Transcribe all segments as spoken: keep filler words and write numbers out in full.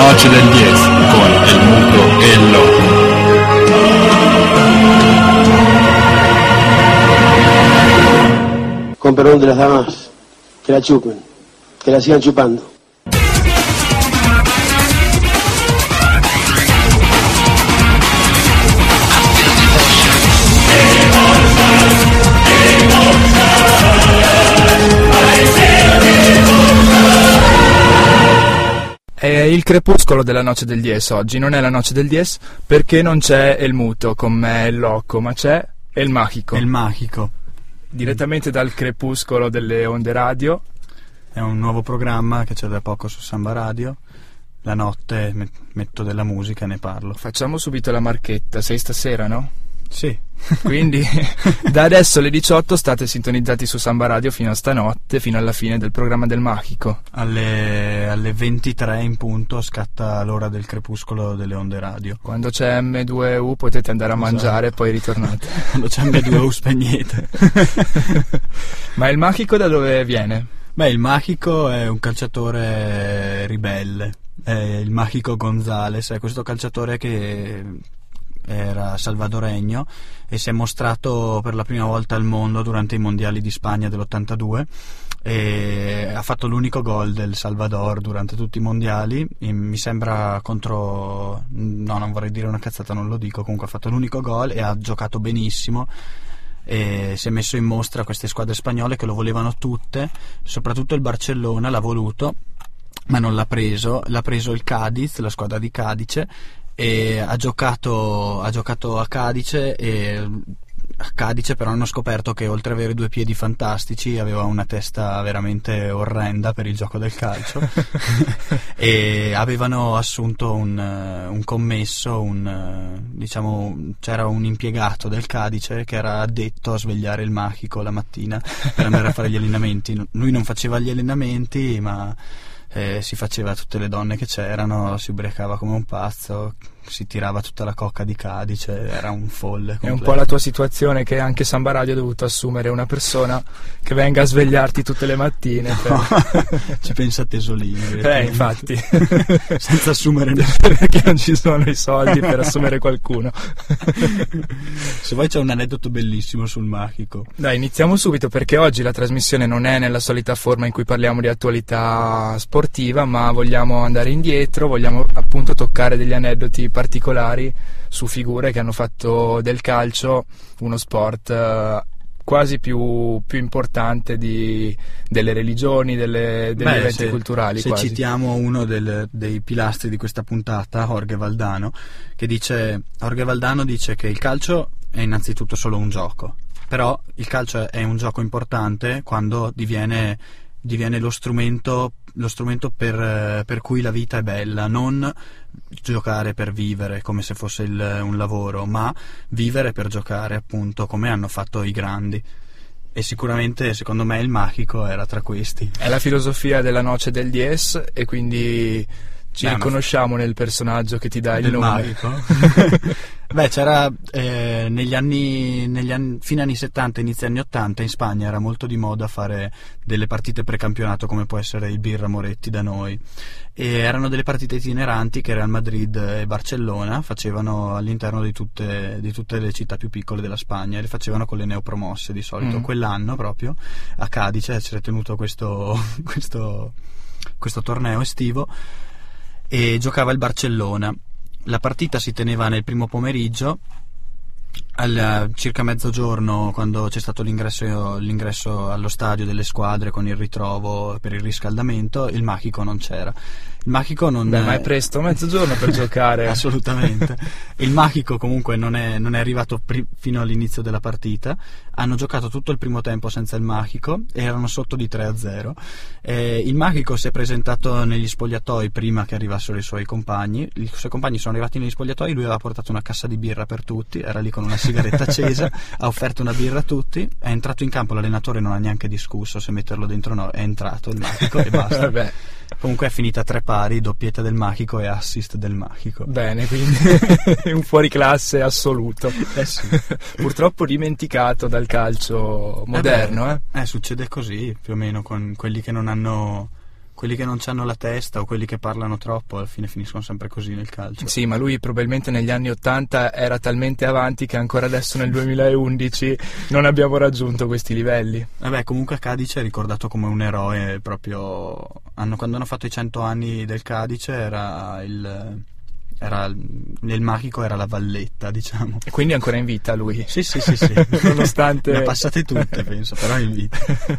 noche del diez con el mundo e el loco. Con perdón de las damas, que la chupen, que la sigan chupando. È il crepuscolo della noce del diez oggi, non è la noce del diez perché non c'è il muto con me, il loco, ma c'è il magico. Il magico. Direttamente dal crepuscolo delle onde radio. È un nuovo programma che c'è da poco su Samba Radio. La notte metto della musica e ne parlo. Facciamo subito la marchetta, sei stasera, no? Sì. Quindi da adesso alle diciotto state sintonizzati su Samba Radio fino a stanotte, fino alla fine del programma del magico. Alle, alle ventitré in punto scatta l'ora del crepuscolo delle onde radio. Quando c'è M due U potete andare a Esatto. mangiare e poi ritornate. Quando c'è M due U spegnete. Ma il magico da dove viene? Beh, il magico è un calciatore ribelle. È il Mágico González, è questo calciatore che era salvadoregno e si è mostrato per la prima volta al mondo durante i mondiali di Spagna dell'ottantadue e ha fatto l'unico gol del Salvador durante tutti i mondiali, e mi sembra contro, no, non vorrei dire una cazzata, non lo dico, comunque ha fatto l'unico gol e ha giocato benissimo e si è messo in mostra queste squadre spagnole che lo volevano tutte, soprattutto il Barcellona l'ha voluto ma non l'ha preso, l'ha preso il Cadiz, la squadra di Cadice, e ha giocato, ha giocato a Cadice e a Cadice però hanno scoperto che oltre ad avere due piedi fantastici aveva una testa veramente orrenda per il gioco del calcio e avevano assunto un, un commesso, un, diciamo, c'era un impiegato del Cadice che era addetto a svegliare il magico la mattina per andare a fare gli allenamenti. Lui non faceva gli allenamenti ma Eh, si faceva tutte le donne che c'erano, si ubriacava come un pazzo, si tirava tutta la cocca di Cadice, era un folle completo. È un po' la tua situazione che anche Samba Radio ha dovuto assumere una persona che venga a svegliarti tutte le mattine per... No, ci pensa Tesolini eh infatti senza assumere nessuno perché non ci sono i soldi per assumere qualcuno. Se vuoi c'è un aneddoto bellissimo sul magico. Dai, iniziamo subito perché oggi la trasmissione non è nella solita forma in cui parliamo di attualità sportiva, ma vogliamo andare indietro, vogliamo appunto toccare degli aneddoti particolari su figure che hanno fatto del calcio uno sport eh, quasi più, più importante di, delle religioni, delle, degli Beh, eventi se, culturali. Se quasi. Citiamo uno del, dei pilastri di questa puntata, Jorge Valdano, che dice, Jorge Valdano dice che il calcio è innanzitutto solo un gioco, però il calcio è un gioco importante quando diviene diviene lo strumento lo strumento per, per cui la vita è bella, non giocare per vivere come se fosse il, un lavoro, ma vivere per giocare, appunto, come hanno fatto i grandi. E sicuramente secondo me il magico era tra questi. È la filosofia della noce del diez e quindi ci Beh, riconosciamo nel personaggio che ti dà il del nome. magico. Beh, c'era eh, negli anni, negli anni fine anni settanta, inizio anni ottanta in Spagna era molto di moda fare delle partite precampionato come può essere il Birra Moretti da noi, e erano delle partite itineranti che Real Madrid e Barcellona facevano all'interno di tutte, di tutte le città più piccole della Spagna, e le facevano con le neopromosse di solito. Mm. Quell'anno proprio a Cadice si era tenuto questo, questo, questo torneo estivo e giocava il Barcellona. La partita si teneva nel primo pomeriggio, al circa mezzogiorno, quando c'è stato l'ingresso, l'ingresso allo stadio delle squadre con il ritrovo per il riscaldamento, il magico non c'era. Il magico non Beh, ma è presto, mezzogiorno per giocare. Assolutamente. Il magico comunque non è, non è arrivato pri- fino all'inizio della partita. Hanno giocato tutto il primo tempo senza il magico e erano sotto di tre a zero. Eh, il magico si è presentato negli spogliatoi prima che arrivassero i suoi compagni. I suoi compagni sono arrivati negli spogliatoi, lui aveva portato una cassa di birra per tutti, era lì con una sigaretta accesa, ha offerto una birra a tutti, è entrato in campo, l'allenatore non ha neanche discusso se metterlo dentro o no, è entrato il magico e basta. Vabbè. Comunque è finita a tre pari, doppietta del magico e assist del magico. Bene, quindi un fuoriclasse assoluto. Eh sì. Purtroppo dimenticato dal calcio moderno. Eh, beh, eh. eh, succede così più o meno con quelli che non hanno quelli che non hanno la testa o quelli che parlano troppo alla fine finiscono sempre così nel calcio. Sì, ma lui probabilmente negli anni ottanta era talmente avanti che ancora adesso nel duemilaundici non abbiamo raggiunto questi livelli. Vabbè, comunque Cadice è ricordato come un eroe proprio. Hanno, quando hanno fatto i cento anni del Cadice era il era nel magico era la Valletta, diciamo. E quindi è ancora in vita lui? Sì, sì, sì, sì. Nonostante... Ne ha passate tutte, penso, però è in vita.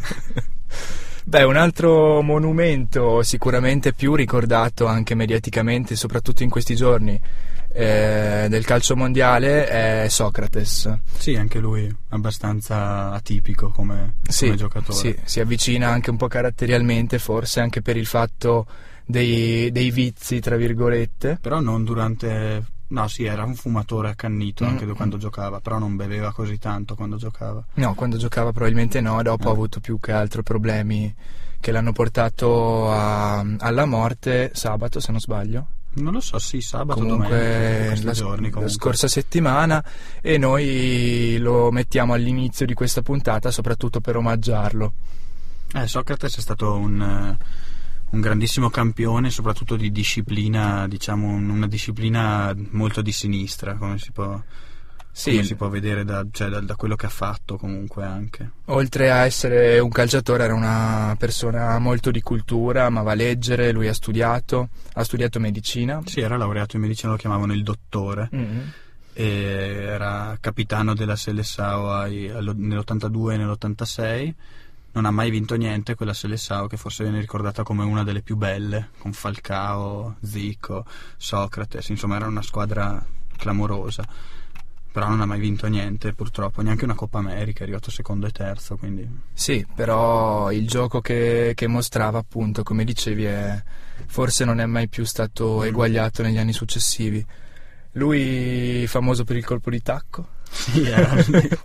Beh, un altro monumento sicuramente più ricordato anche mediaticamente, soprattutto in questi giorni, eh, del calcio mondiale è Socrates. Sì, anche lui abbastanza atipico come, sì, come giocatore. Sì, si avvicina anche un po' caratterialmente, forse anche per il fatto dei, dei vizi, tra virgolette. Però non durante... No, sì, era un fumatore accannito anche mm. quando giocava, però non beveva così tanto quando giocava. No, quando giocava probabilmente no, dopo eh. ha avuto più che altro problemi che l'hanno portato a, alla morte sabato, se non sbaglio. Non lo so, sì, sabato, comunque, domenica, questi la, giorni comunque. La scorsa settimana, e noi lo mettiamo all'inizio di questa puntata soprattutto per omaggiarlo. Eh, Socrates è stato un... un grandissimo campione, soprattutto di disciplina, diciamo una disciplina molto di sinistra, come si può, sì. come si può vedere da, cioè, da, da quello che ha fatto comunque anche. Oltre a essere un calciatore era una persona molto di cultura, amava leggere, lui ha studiato, ha studiato medicina. Sì, era laureato in medicina, lo chiamavano il dottore. Mm-hmm. E era capitano della Seleção ai, nell'ottantadue e nell'ottantasei. Non ha mai vinto niente quella Seleção, che forse viene ricordata come una delle più belle, con Falcao, Zico, Socrates, insomma era una squadra clamorosa, però non ha mai vinto niente purtroppo, neanche una Coppa America, è arrivato secondo e terzo, quindi... Sì, però il gioco che, che mostrava, appunto, come dicevi, è, forse non è mai più stato mm. eguagliato negli anni successivi. Lui famoso per il colpo di tacco? Sì, era...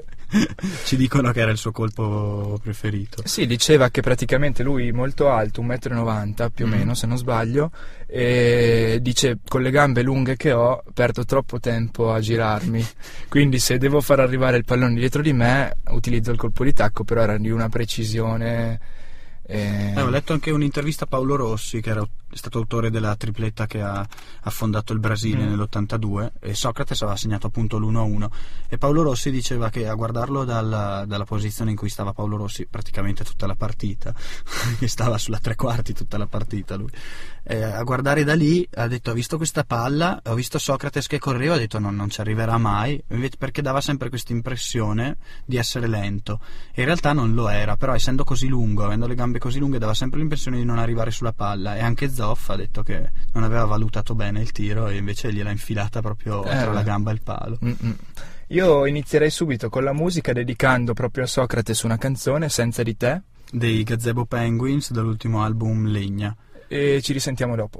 Ci dicono che era il suo colpo preferito. Sì, diceva che praticamente lui molto alto, un metro e novanta più o mm. meno se non sbaglio, e dice con le gambe lunghe che ho perdo troppo tempo a girarmi, quindi se devo far arrivare il pallone dietro di me utilizzo il colpo di tacco, però era di una precisione. Eh, ho letto anche un'intervista a Paolo Rossi, che era è stato autore della tripletta che ha, ha fondato il Brasile mm. nell'ottantadue, e Socrates aveva segnato appunto l'uno a uno, e Paolo Rossi diceva che a guardarlo dalla, dalla posizione in cui stava Paolo Rossi praticamente tutta la partita che stava sulla tre quarti tutta la partita lui, eh, a guardare da lì ha detto: ho visto questa palla, ho visto Socrates che correva, ha detto no, non ci arriverà mai, perché dava sempre questa impressione di essere lento, e in realtà non lo era, però essendo così lungo, avendo le gambe così lunghe, dava sempre l'impressione di non arrivare sulla palla. E anche Zoff ha detto che non aveva valutato bene il tiro e invece gliel'ha infilata proprio eh, tra la gamba e il palo. Mm-mm. Io inizierei subito con la musica, dedicando proprio a Socrates una canzone, Senza di te, dei Gazebo Penguins, dall'ultimo album Legna, e ci risentiamo dopo.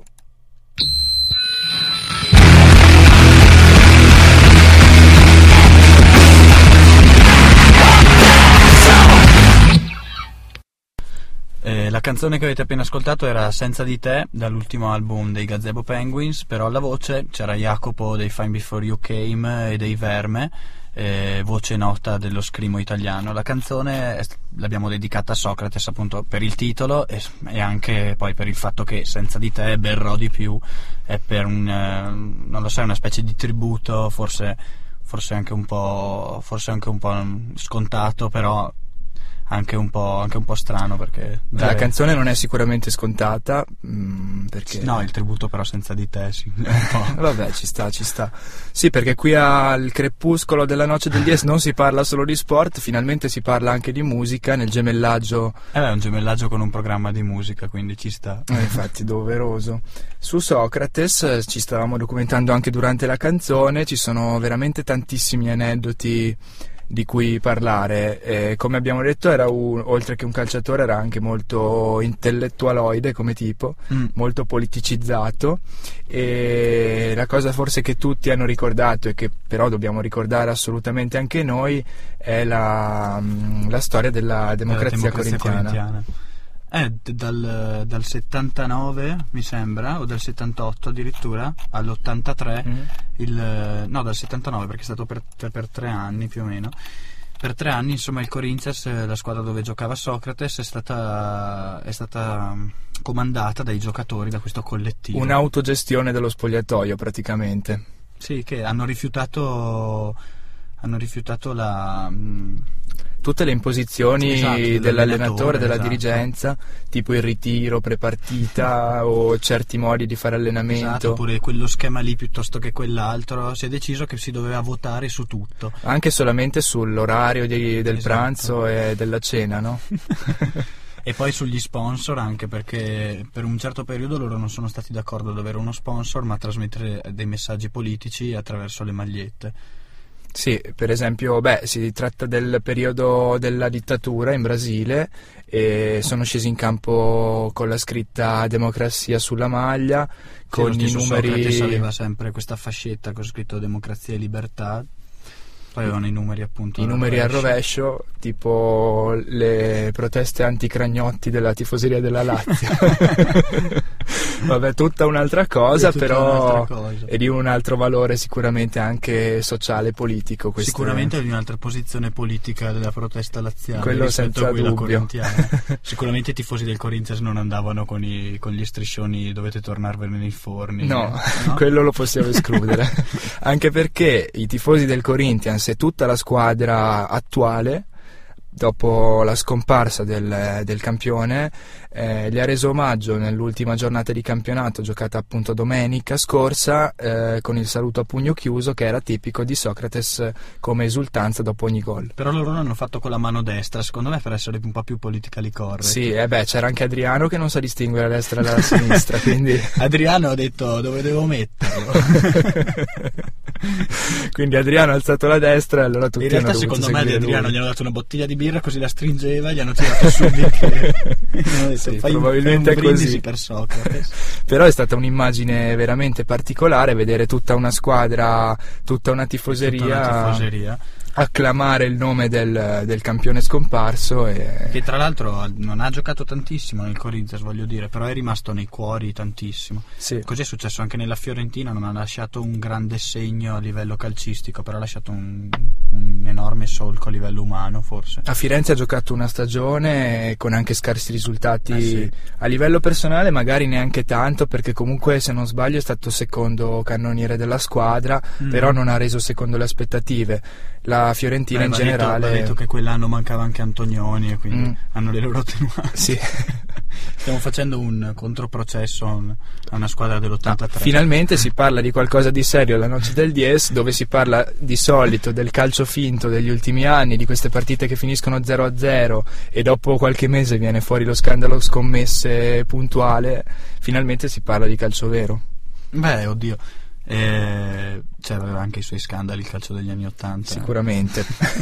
Eh, la canzone che avete appena ascoltato era Senza di te, dall'ultimo album dei Gazebo Penguins, però alla voce c'era Jacopo dei Fine Before You Came e dei Verme, eh, voce nota dello scrimo italiano. La canzone è, l'abbiamo dedicata a Socrates appunto per il titolo e, e anche poi per il fatto che Senza di te berrò di più, è per un, eh, non lo so, una specie di tributo, forse, forse anche un po', forse anche un po' scontato, però anche un po', anche un po' strano, perché la canzone non è sicuramente scontata, mh, perché no, il tributo però Senza di te sì. Vabbè, ci sta, ci sta. Sì, perché qui al crepuscolo della Noce del Dies non si parla solo di sport, finalmente si parla anche di musica nel gemellaggio. Eh, è un gemellaggio con un programma di musica, quindi ci sta. Eh, infatti, doveroso. Su Socrates ci stavamo documentando anche durante la canzone, ci sono veramente tantissimi aneddoti di cui parlare, e come abbiamo detto era un, oltre che un calciatore era anche molto intellettualoide come tipo, mm. molto politicizzato, e la cosa forse che tutti hanno ricordato e che però dobbiamo ricordare assolutamente anche noi è la, la storia della democrazia, democrazia corintiana, corintiana. Eh, dal, dal settantanove mi sembra, o dal settantotto addirittura all'ottantatré, mm. il, no dal settantanove perché è stato per, per tre anni più o meno, per tre anni, insomma, il Corinthians, la squadra dove giocava Socrates, è stata, è stata comandata dai giocatori, da questo collettivo. Un'autogestione dello spogliatoio praticamente. Sì, che hanno rifiutato hanno rifiutato la tutte le imposizioni, esatto, dell'allenatore, della esatto. dirigenza, tipo il ritiro prepartita o certi modi di fare allenamento. Esatto, oppure quello schema lì piuttosto che quell'altro. Si è deciso che si doveva votare su tutto. Anche solamente sull'orario di, del esatto. pranzo e della cena, no? E poi sugli sponsor, anche perché per un certo periodo loro non sono stati d'accordo ad avere uno sponsor, ma a trasmettere dei messaggi politici attraverso le magliette. Sì, per esempio, beh, si tratta del periodo della dittatura in Brasile e sono scesi in campo con la scritta democrazia sulla maglia, con sì, i numeri. Socrates aveva sempre questa fascetta con scritto democrazia e libertà. Poi avevano i numeri appunto i numeri al rovescio, tipo le proteste anti-Cragnotti della tifoseria della Lazio. Vabbè, tutta un'altra cosa, tutta però un'altra cosa. È di un altro valore sicuramente anche sociale e politico. Queste... Sicuramente è di un'altra posizione politica della protesta laziale. Quello senza dubbio. Sicuramente i tifosi del Corinthians non andavano con, i, con gli striscioni dovete tornarvene nei forni. No, no? Quello lo possiamo escludere. Anche perché i tifosi del Corinthians e tutta la squadra attuale, dopo la scomparsa del, del campione, eh, gli ha reso omaggio nell'ultima giornata di campionato, giocata appunto domenica scorsa, eh, con il saluto a pugno chiuso, che era tipico di Socrates come esultanza dopo ogni gol. Però loro l'hanno fatto con la mano destra, secondo me, per essere un po' più politically correct. Sì, e eh beh, c'era anche Adriano che non sa distinguere la destra dalla sinistra, quindi... Adriano ha detto dove devo metterlo. Quindi Adriano ha alzato la destra e allora tutti in realtà hanno dovuto secondo me ad Adriano lui. gli hanno dato una bottiglia di birra, così la stringeva, gli hanno tirato subito. Sì, fai probabilmente un, fai un è così. per Socrates. Però è stata un'immagine veramente particolare vedere tutta una squadra, tutta una tifoseria, tutta una tifoseria. acclamare il nome del, del campione scomparso e... che tra l'altro non ha giocato tantissimo nel Corinthians, voglio dire, però è rimasto nei cuori tantissimo. Sì. Così è successo anche nella Fiorentina, non ha lasciato un grande segno a livello calcistico, però ha lasciato un, un enorme solco a livello umano, forse. A Firenze ha giocato una stagione con anche scarsi risultati, eh sì. A livello personale magari neanche tanto, perché comunque se non sbaglio è stato secondo cannoniere della squadra, mm. però non ha reso secondo le aspettative. La Fiorentina Beh, in va generale detto, va detto che quell'anno mancava anche Antonioni e quindi mm. hanno le loro attenuanti. Sì. Stiamo facendo un controprocesso a, un, a una squadra dell'ottantatré. No, finalmente si parla di qualcosa di serio alla Noce del dieci, dove si parla di solito del calcio finto degli ultimi anni, di queste partite che finiscono zero a zero e dopo qualche mese viene fuori lo scandalo scommesse puntuale. Finalmente si parla di calcio vero. Beh, oddio. Eh, cioè aveva anche i suoi scandali il calcio degli anni ottanta, sicuramente.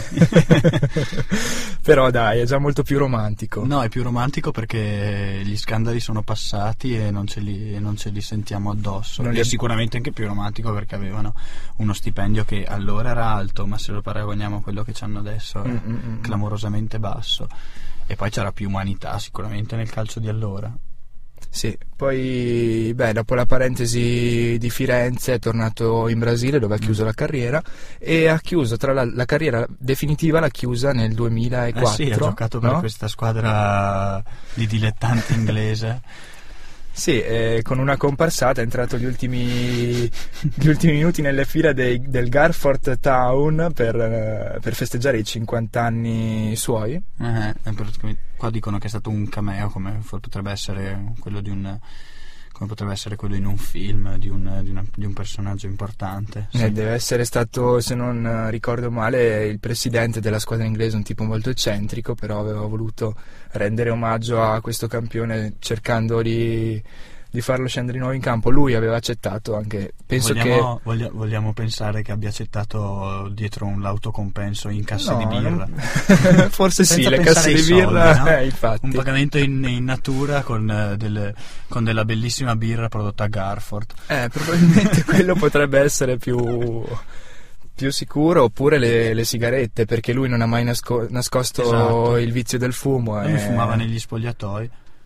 Però dai, è già molto più romantico. No, è più romantico perché gli scandali sono passati e non ce li, non ce li sentiamo addosso. Non è li... sicuramente anche più romantico perché avevano uno stipendio che allora era alto, ma se lo paragoniamo a quello che hanno adesso è Mm-mm. clamorosamente basso. E poi c'era più umanità sicuramente nel calcio di allora. Sì, poi beh, dopo la parentesi di Firenze è tornato in Brasile dove ha chiuso mm. la carriera e ha chiuso, tra la, la carriera definitiva l'ha chiusa nel duemilaquattro. Eh sì, ha giocato no? per questa squadra di dilettanti inglese. Sì, eh, con una comparsata è entrato gli ultimi, gli ultimi minuti nelle fila dei, del Garforth Town per, eh, per festeggiare i cinquanta anni suoi. Eh, qua dicono che è stato un cameo, come potrebbe essere quello di un, come potrebbe essere quello in un film di un, di una, di un personaggio importante. Sì. Eh, deve essere stato, se non ricordo male, il presidente della squadra inglese, un tipo molto eccentrico, però aveva voluto rendere omaggio a questo campione cercando di, di farlo scendere di nuovo in campo. Lui aveva accettato anche, penso vogliamo, che voglia, vogliamo pensare che abbia accettato dietro un l'autocompenso in casse no, di birra. Non... forse sì, Senza le casse di soldi, birra, no? eh, infatti. Un pagamento in, in natura con, uh, delle, con della bellissima birra prodotta a Garforth. Eh, probabilmente quello potrebbe essere più più sicuro, oppure le, le sigarette, perché lui non ha mai nasco- nascosto esatto. il vizio del fumo. Lui e... fumava negli spogliatoi.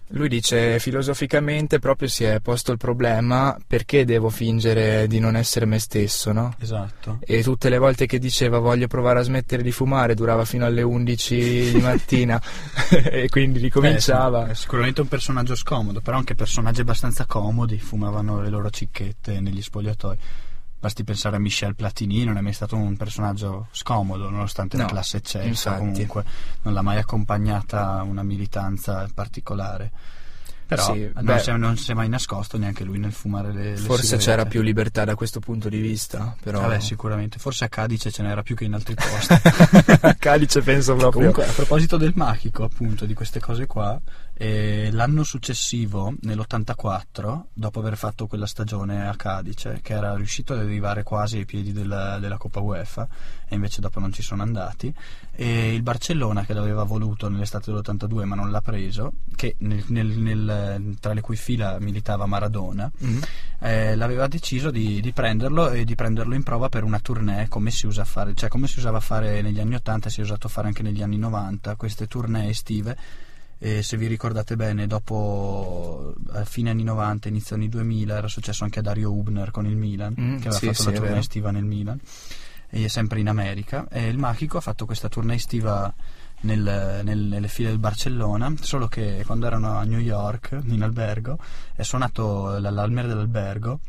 Lui dice filosoficamente proprio si è posto il problema: perché devo fingere di non essere me stesso, no? Esatto. E tutte le volte che diceva voglio provare a smettere di fumare durava fino alle undici di mattina e quindi ricominciava. Eh, sì, è sicuramente un personaggio scomodo, però anche personaggi abbastanza comodi fumavano le loro cicchette negli spogliatoi. Basti pensare a Michel Platini, non è mai stato un personaggio scomodo, nonostante No, la classe eccelsa, infatti. comunque non l'ha mai accompagnata una militanza particolare. Però Sì, non, beh, si è, non si è mai nascosto neanche lui nel fumare le, le forse sigarette. c'era più libertà da questo punto di vista, però Vabbè, sicuramente, forse a Cadice ce n'era più che in altri posti. a Cadice penso proprio. Comunque, a proposito del magico, appunto, di queste cose qua, eh, l'anno successivo, nell'ottantaquattro, dopo aver fatto quella stagione a Cadice, che era riuscito ad arrivare quasi ai piedi della, della Coppa UEFA, e invece dopo non ci sono andati, e il Barcellona, che l'aveva voluto nell'estate dell'ottantadue ma non l'ha preso, che nel, nel, nel, tra le cui fila militava Maradona, Mm. eh, l'aveva deciso di, di prenderlo e di prenderlo in prova per una tournée, come si usa a fare, cioè come si usava a fare negli anni ottanta, si è usato a fare anche negli anni novanta, queste tournée estive. E se vi ricordate bene, dopo a fine anni novanta, inizio anni duemila, era successo anche a Dario Hübner con il Milan, Mm, che aveva sì, fatto sì, la è tournée vero. estiva nel Milan, e sempre in America. E il Magico ha fatto questa tournée estiva nel, nel, nelle file del Barcellona, solo che quando erano a New York, in albergo, è suonato l'allarme dell'albergo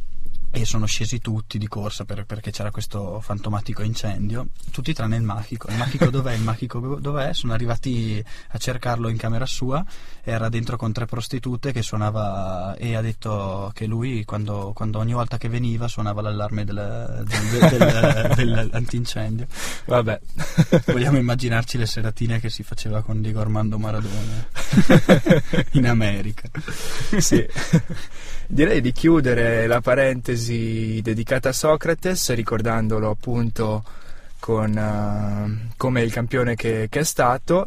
e sono scesi tutti di corsa per, perché c'era questo fantomatico incendio, tutti tranne il Magico. Il Magico dov'è? Il Magico dov'è? Sono arrivati a cercarlo in camera sua, era dentro con tre prostitute che suonava, e ha detto che lui quando, quando ogni volta che veniva suonava l'allarme del, del, del, del, dell'antincendio. Vabbè. Vogliamo immaginarci le seratine che si faceva con Diego Armando Maradona in America. Sì. Direi di chiudere la parentesi dedicata a Socrates ricordandolo appunto con uh, come il campione che, che è stato,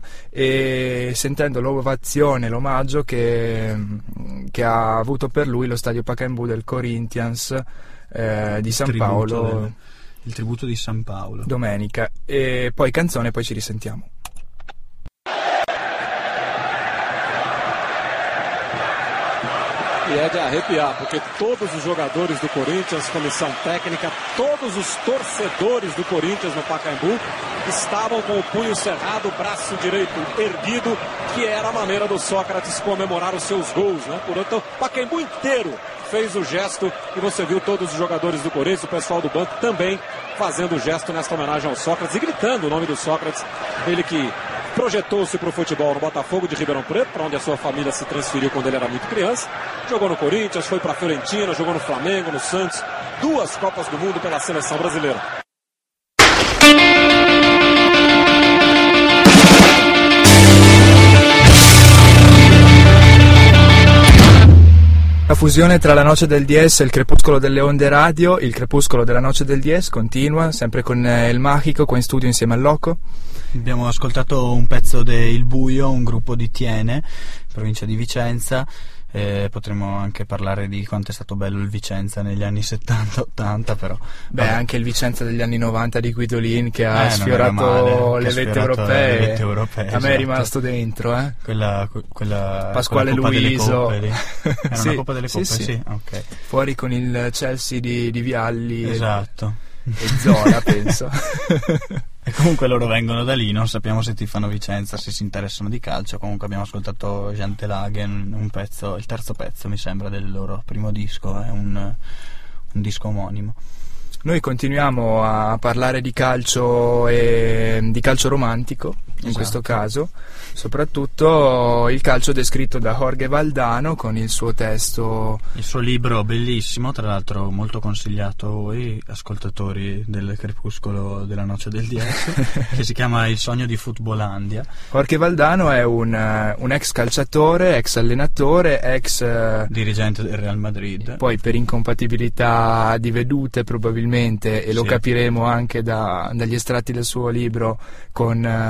e sentendo l'ovazione, l'omaggio che, che ha avuto per lui lo stadio Pacaembu del Corinthians eh, di San Tributo Paolo del- il tributo di San Paolo. domenica. E poi canzone, poi ci risentiamo. E é de arrepiar, porque todos os jogadores do Corinthians, comissão técnica, todos os torcedores do Corinthians no Pacaembu estavam com o punho cerrado, o braço direito erguido, que era a maneira do Sócrates comemorar os seus gols, né? Portanto, o Pacaembu inteiro fez o gesto e você viu todos os jogadores do Corinthians, o pessoal do banco também fazendo o gesto nesta homenagem ao Sócrates e gritando o nome do Sócrates, ele que projetou-se para o futebol no Botafogo de Ribeirão Preto, para onde a sua família se transferiu quando ele era muito criança, jogou no Corinthians, foi para a Fiorentina, jogou no Flamengo, no Santos, duas Copas do Mundo pela seleção brasileira. La fusione tra la Noce del Diez e il Crepuscolo delle Onde Radio, il Crepuscolo della Noce del Diez continua, sempre con eh, il Magico qua in studio insieme al Loco. Abbiamo ascoltato un pezzo de Il Buio, un gruppo di Tiene, provincia di Vicenza. Eh, potremmo anche parlare di quanto è stato bello il Vicenza negli anni settanta ottanta, però Beh, vabbè. anche il Vicenza degli anni novanta di Guidolin che ha Eh, non era sfiorato male, che le ha vette sfiorato europee. le vette europee, A me è esatto. rimasto dentro, eh. quella, quella Pasquale quella Coppa Luiso. delle Coppe lì. Era Sì, una Coppa delle sì, Coppe, sì. sì, ok. Fuori con il Chelsea di, di Vialli e- Esatto. e Zola, penso. E comunque loro vengono da lì, non sappiamo se ti fanno Vicenza, se si interessano di calcio. Comunque abbiamo ascoltato Jean Telagen, un pezzo, il terzo pezzo mi sembra del loro primo disco, è un, un disco omonimo. Noi continuiamo a parlare di calcio e di calcio romantico, in Esatto. questo caso, soprattutto il calcio descritto da Jorge Valdano con il suo testo. Il suo libro bellissimo, tra l'altro molto consigliato a voi, ascoltatori del Crepuscolo della Noce del Diez, che si chiama Il sogno di Footballandia. Jorge Valdano è un, eh, un ex calciatore, ex allenatore, ex eh, Dirigente del Real Madrid. poi per incompatibilità di vedute probabilmente, e lo Sì. capiremo anche da- dagli estratti del suo libro con uh, Mourinho,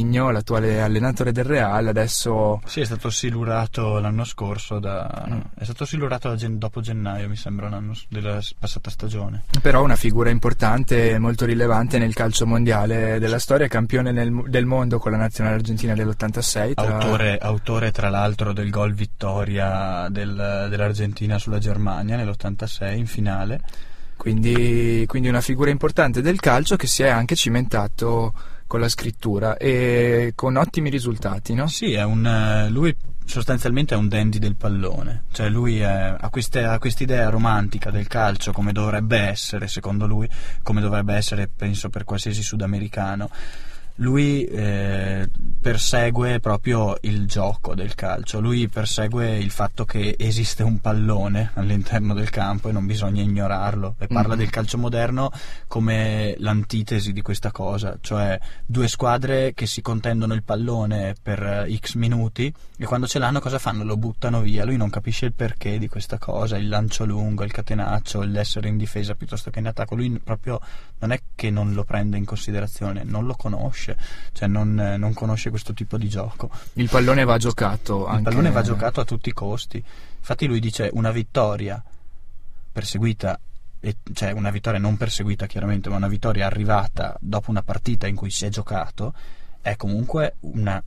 Mourinho, l'attuale allenatore del Real, adesso... Sì, è stato silurato l'anno scorso, da... mm. è stato silurato da gen... dopo gennaio, mi sembra, l'anno della passata stagione. Però una figura importante, molto rilevante nel calcio mondiale della storia, campione nel... del mondo con la nazionale argentina dell'ottantasei. Tra... Autore, autore tra l'altro del gol vittoria del... dell'Argentina sulla Germania nell'ottantasei in finale. Quindi, quindi una figura importante del calcio che si è anche cimentato con la scrittura e con ottimi risultati, no? Sì, è un, lui sostanzialmente è un dandy del pallone, cioè lui è, ha questa idea romantica del calcio come dovrebbe essere, secondo lui, come dovrebbe essere, penso, per qualsiasi sudamericano. Lui eh, persegue proprio il gioco del calcio, lui persegue il fatto che esiste un pallone all'interno del campo e non bisogna ignorarlo, e parla mm-hmm. del calcio moderno come l'antitesi di questa cosa, cioè due squadre che si contendono il pallone per X minuti e quando ce l'hanno cosa fanno? Lo buttano via. Lui non capisce il perché di questa cosa, il lancio lungo, il catenaccio, l'essere in difesa piuttosto che in attacco. Lui proprio non è che non lo prende in considerazione, non lo conosce, cioè non, non conosce questo tipo di gioco. Il pallone va giocato anche... il pallone va giocato a tutti i costi. Infatti lui dice una vittoria perseguita, e, cioè una vittoria non perseguita chiaramente, ma una vittoria arrivata dopo una partita in cui si è giocato è comunque una,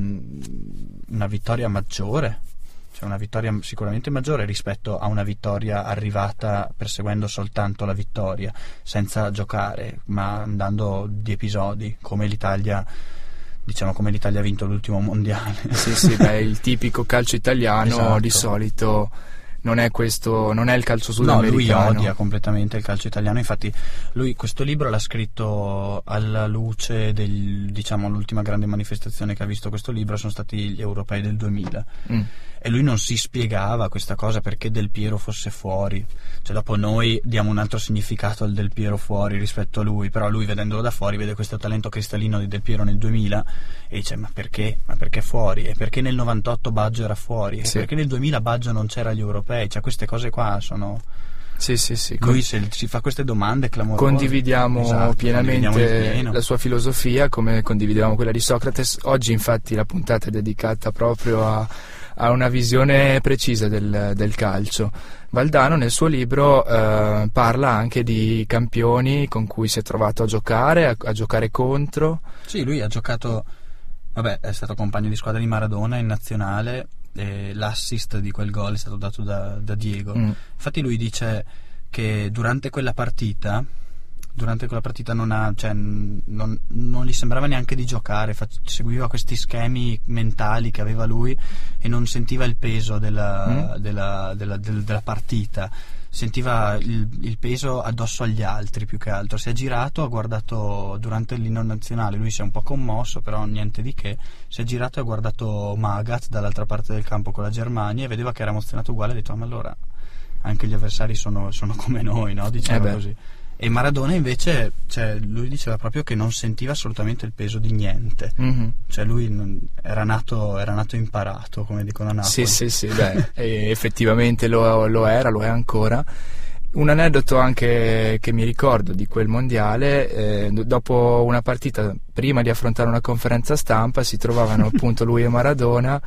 una vittoria maggiore, cioè una vittoria sicuramente maggiore rispetto a una vittoria arrivata perseguendo soltanto la vittoria, senza giocare, ma andando di episodi, come l'Italia, diciamo come l'Italia ha vinto l'ultimo mondiale. Sì, sì, beh, il tipico calcio italiano esatto. Di solito non è questo, non è il calcio sudamericano. No, lui odia completamente il calcio italiano, infatti lui questo libro l'ha scritto alla luce del, diciamo, l'ultima grande manifestazione che ha visto questo libro sono stati gli europei del duemila. Mm. E lui non si spiegava questa cosa, perché Del Piero fosse fuori, cioè dopo noi diamo un altro significato al Del Piero fuori rispetto a lui, però lui vedendolo da fuori vede questo talento cristallino di Del Piero nel duemila e dice ma perché? Ma perché fuori? E perché nel novantotto Baggio era fuori? E sì. Perché nel duemila Baggio non c'era agli europei? Cioè queste cose qua sono... Sì, sì, sì. Lui se si fa queste domande clamorose. Condividiamo esatto, pienamente condividiamo la sua filosofia, come condividevamo quella di Socrate. Oggi infatti la puntata è dedicata proprio a, a una visione precisa del, del calcio. Valdano nel suo libro eh, parla anche di campioni con cui si è trovato a giocare, a, a giocare contro. Sì, lui ha giocato, vabbè, è stato compagno di squadra di Maradona in nazionale. E l'assist di quel gol è stato dato da, da Diego. Mm. Infatti lui dice che durante quella partita durante quella partita non, ha, cioè, non, non gli sembrava neanche di giocare, fa, seguiva questi schemi mentali che aveva lui e non sentiva il peso della, mm. della, della, della, della partita, sentiva il, il peso addosso agli altri più che altro. Si è girato, ha guardato durante l'inno nazionale, lui si è un po' commosso, però niente di che, si è girato e ha guardato Magath dall'altra parte del campo con la Germania e vedeva che era emozionato uguale, e ha detto: ah, ma allora anche gli avversari sono, sono come noi, no? Diceva eh così. E Maradona invece, cioè, lui diceva proprio che non sentiva assolutamente il peso di niente. Mm-hmm. Cioè lui non, era nato era nato imparato, come dicono a Napoli. Sì, sì, sì, beh, e effettivamente lo, lo era, lo è ancora. Un aneddoto anche che mi ricordo di quel mondiale, eh, dopo una partita, prima di affrontare una conferenza stampa, si trovavano appunto lui e Maradona.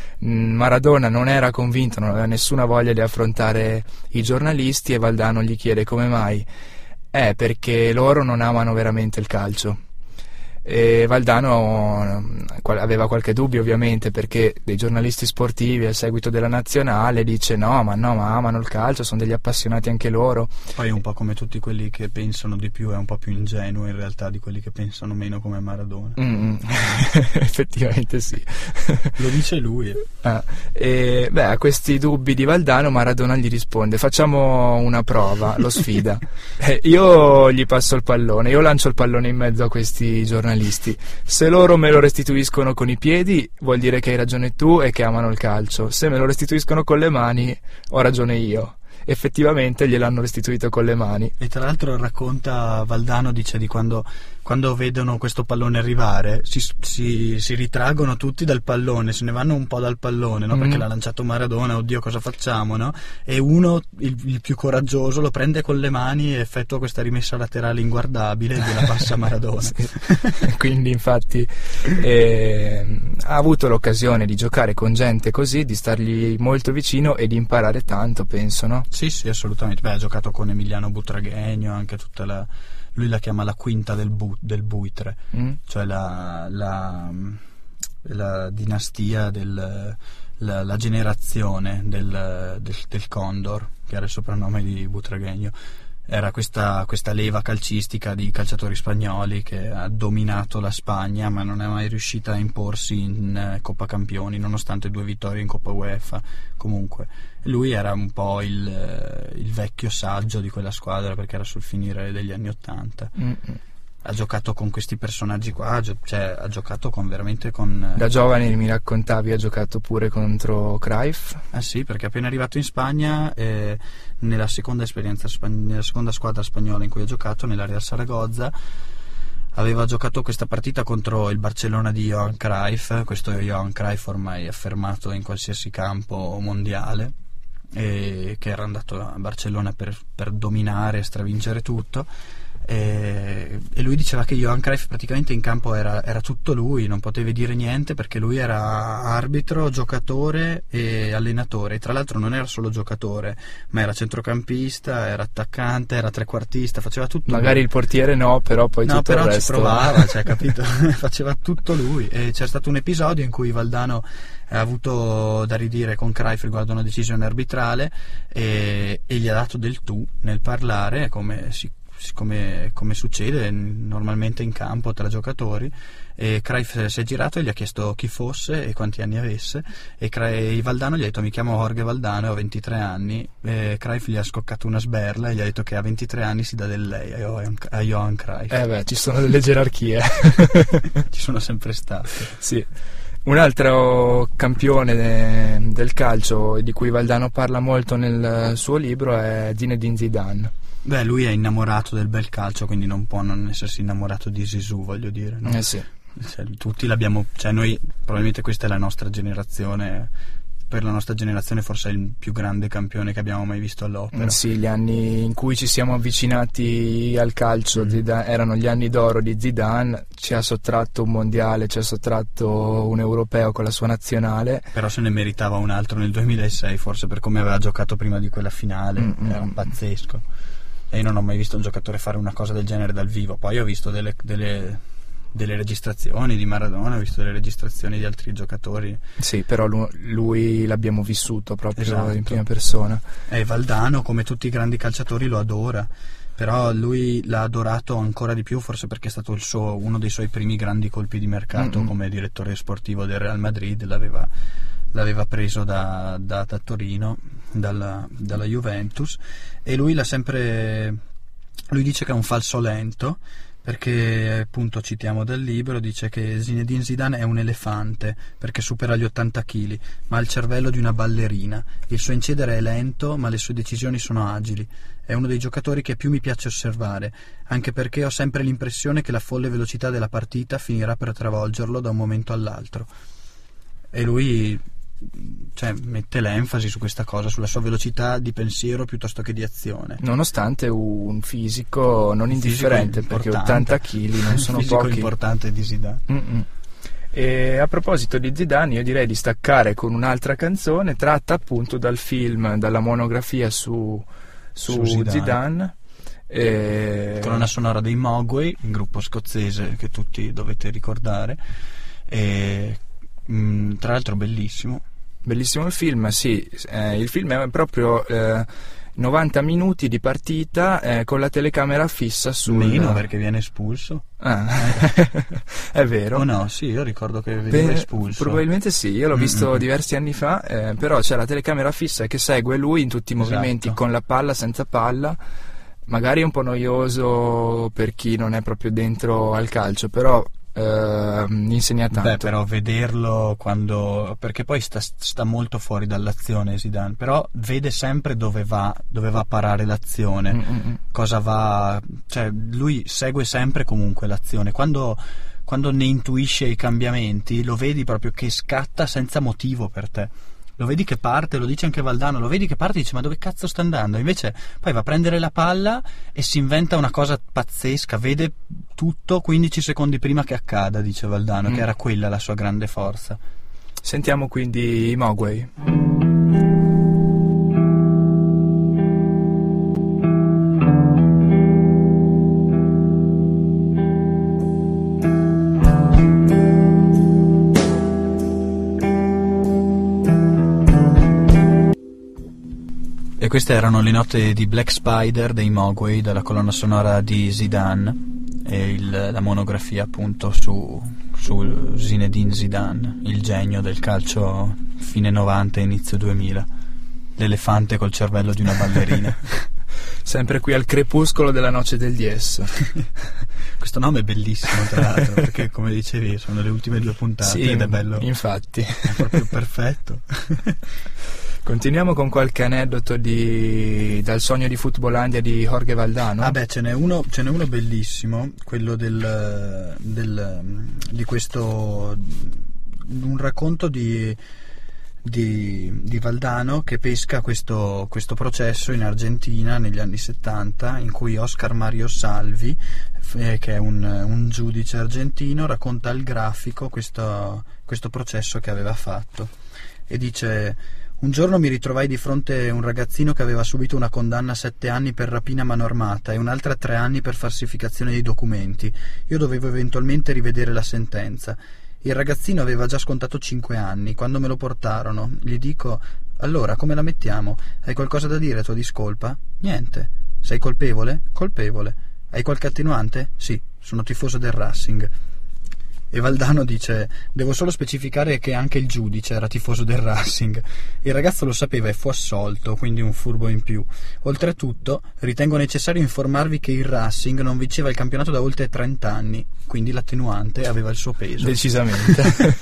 Maradona non era convinto, non aveva nessuna voglia di affrontare i giornalisti, e Valdano gli chiede come mai. Eh, perché loro non amano veramente il calcio. E Valdano aveva qualche dubbio, ovviamente, perché dei giornalisti sportivi a seguito della nazionale dice no, ma no, ma amano il calcio, sono degli appassionati anche loro. Poi un po' come tutti quelli che pensano di più, è un po' più ingenuo in realtà di quelli che pensano meno, come Maradona. Mm-hmm. Effettivamente sì. Lo dice lui. Ah, e, beh, a questi dubbi di Valdano Maradona gli risponde: facciamo una prova, lo sfida. eh, io gli passo il pallone, io lancio il pallone in mezzo a questi giornalisti. Se loro me lo restituiscono con i piedi, vuol dire che hai ragione tu e che amano il calcio. Se me lo restituiscono con le mani, ho ragione io. Effettivamente gliel'hanno restituito con le mani. E tra l'altro racconta Valdano, dice di quando quando vedono questo pallone arrivare si, si, si ritraggono tutti dal pallone, se ne vanno un po' dal pallone, no? Mm. Perché l'ha lanciato Maradona, oddio cosa facciamo, no? E uno, il, il più coraggioso, lo prende con le mani e effettua questa rimessa laterale inguardabile e gliela passa a Maradona. Sì. Quindi infatti eh, ha avuto l'occasione di giocare con gente così, di stargli molto vicino e di imparare tanto, penso, no? Sì, sì, assolutamente. Beh, ha giocato con Emiliano Butragueño, anche tutta la... lui la chiama la quinta del, bu- del buitre, mm. cioè la, la, la dinastia, del, la, la generazione del, del, del Condor, che era il soprannome di Butragueño. Era questa, questa leva calcistica di calciatori spagnoli che ha dominato la Spagna, ma non è mai riuscita a imporsi in eh, Coppa Campioni, nonostante due vittorie in Coppa UEFA. Comunque lui era un po' il, eh, il vecchio saggio di quella squadra, perché era sul finire degli anni Ottanta. Mm-mm. Ha giocato con questi personaggi qua, cioè ha giocato con veramente con... Da giovane mi raccontavi, ha giocato pure contro Cruyff. Ah sì, perché appena arrivato in Spagna, eh, nella seconda esperienza, nella seconda squadra spagnola in cui ha giocato, nella Real Saragozza, aveva giocato questa partita contro il Barcellona di Johan Cruyff, questo Johan Cruyff ormai affermato in qualsiasi campo mondiale, e che era andato a Barcellona per, per dominare e stravincere tutto. E, e lui diceva che Johan Cruyff praticamente in campo era, era tutto lui, non potevi dire niente perché lui era arbitro, giocatore e allenatore. E tra l'altro non era solo giocatore, ma era centrocampista, era attaccante, era trequartista, faceva tutto magari lui. Il portiere no, però poi no, tutto però il resto ci provava, cioè, capito? Faceva tutto lui. E c'è stato un episodio in cui Valdano ha avuto da ridire con Cruyff riguardo una decisione arbitrale e, e gli ha dato del tu nel parlare, come si Come, come succede normalmente in campo tra giocatori. E Cruyff si è girato e gli ha chiesto chi fosse e quanti anni avesse, e Cruyff, Valdano gli ha detto mi chiamo Jorge Valdano e ho ventitré anni, e Cruyff gli ha scoccato una sberla e gli ha detto che a ventitré anni si dà del lei a Johan Cruyff. Eh beh, ci sono delle gerarchie. Ci sono sempre state. Sì. Un altro campione de, del calcio di cui Valdano parla molto nel suo libro è Zinedine Zidane. Beh, lui è innamorato del bel calcio, quindi non può non essersi innamorato di Zizou, voglio dire, no? Eh sì. Cioè, tutti l'abbiamo, cioè noi, probabilmente questa è la nostra generazione, per la nostra generazione forse è il più grande campione che abbiamo mai visto all'opera. Sì, gli anni in cui ci siamo avvicinati al calcio mm. Zidane, erano gli anni d'oro di Zidane, ci ha sottratto un mondiale, ci ha sottratto un europeo con la sua nazionale. Però se ne meritava un altro nel duemilasei, forse per come aveva giocato prima di quella finale, mm-hmm. era pazzesco. E io non ho mai visto un giocatore fare una cosa del genere dal vivo. Poi ho visto delle, delle, delle registrazioni di Maradona, ho visto delle registrazioni di altri giocatori. Sì, però lui, lui l'abbiamo vissuto proprio esatto. in prima persona. E Valdano, come tutti i grandi calciatori, lo adora. Però lui l'ha adorato ancora di più, forse perché è stato il suo, uno dei suoi primi grandi colpi di mercato mm-hmm. come direttore sportivo del Real Madrid. L'aveva, l'aveva preso da, da, da Torino, dalla, dalla Juventus, e lui l'ha sempre, lui dice che è un falso lento, perché appunto citiamo dal libro, dice che Zinedine Zidane è un elefante perché supera gli ottanta chili, ma ha il cervello di una ballerina, il suo incedere è lento ma le sue decisioni sono agili, è uno dei giocatori che più mi piace osservare, anche perché ho sempre l'impressione che la folle velocità della partita finirà per travolgerlo da un momento all'altro. E lui, cioè, mette l'enfasi su questa cosa, sulla sua velocità di pensiero piuttosto che di azione, nonostante un fisico non indifferente, perché ottanta chili non sono fisico pochi. Importante di Zidane. Mm-mm. E a proposito di Zidane, io direi di staccare con un'altra canzone tratta appunto dal film, dalla monografia su, su, su Zidane, Zidane. E... colonna sonora dei Mogwai, il gruppo scozzese che tutti dovete ricordare, e Mm, tra l'altro bellissimo bellissimo il film. Sì, eh, il film è proprio eh, novanta minuti di partita eh, con la telecamera fissa sul... meno perché viene espulso. Ah. È vero. O no? Sì, io ricordo che veniva Beh, espulso. Probabilmente sì, io l'ho mm-hmm. visto diversi anni fa, eh, però c'è la telecamera fissa che segue lui in tutti i movimenti, esatto. con la palla, senza palla. Magari è un po' noioso per chi non è proprio dentro al calcio, però eh, insegna tanto. Beh, però vederlo quando, perché poi sta, sta molto fuori dall'azione Zidane, però vede sempre dove va, dove va a parare l'azione, Mm-mm. cosa va, cioè lui segue sempre comunque l'azione. Quando, quando ne intuisce i cambiamenti, lo vedi proprio che scatta senza motivo per te. Lo vedi che parte, lo dice anche Valdano, lo vedi che parte e dice ma dove cazzo sta andando? Invece poi va a prendere la palla e si inventa una cosa pazzesca, vede tutto quindici secondi prima che accada, dice Valdano, mm. che era quella la sua grande forza. Sentiamo quindi i Mogwai. E queste erano le note di Black Spider dei Mogwai, dalla colonna sonora di Zidane, e il, la monografia appunto su, su Zinedine Zidane, il genio del calcio fine novanta inizio duemila, l'elefante col cervello di una ballerina. Sempre qui al crepuscolo della noce del diez. Questo nome è bellissimo tra l'altro, perché come dicevi sono le ultime due puntate, sì, ed è bello, infatti è proprio perfetto. Continuiamo con qualche aneddoto di, dal sogno di Footballandia di Jorge Valdano. Ah beh, ce n'è uno, ce n'è uno bellissimo, quello del, del di questo, un racconto di, di, di Valdano che pesca questo, questo processo in Argentina negli anni settanta, in cui Oscar Mario Salvi, eh, che è un, un giudice argentino, racconta al grafico questo, questo processo che aveva fatto, e dice: un giorno mi ritrovai di fronte a un ragazzino che aveva subito una condanna a sette anni per rapina a mano armata e un'altra a tre anni per falsificazione di documenti. Io dovevo eventualmente rivedere la sentenza. Il ragazzino aveva già scontato cinque anni. Quando me lo portarono, gli dico: allora, come la mettiamo? Hai qualcosa da dire a tua discolpa? Niente. Sei colpevole? Colpevole. Hai qualche attenuante? Sì, sono tifoso del Racing. E Valdano dice: devo solo specificare che anche il giudice era tifoso del Racing. Il ragazzo lo sapeva e fu assolto, quindi un furbo in più. Oltretutto ritengo necessario informarvi che il Racing non vinceva il campionato da oltre trenta anni, quindi l'attenuante aveva il suo peso. Decisamente.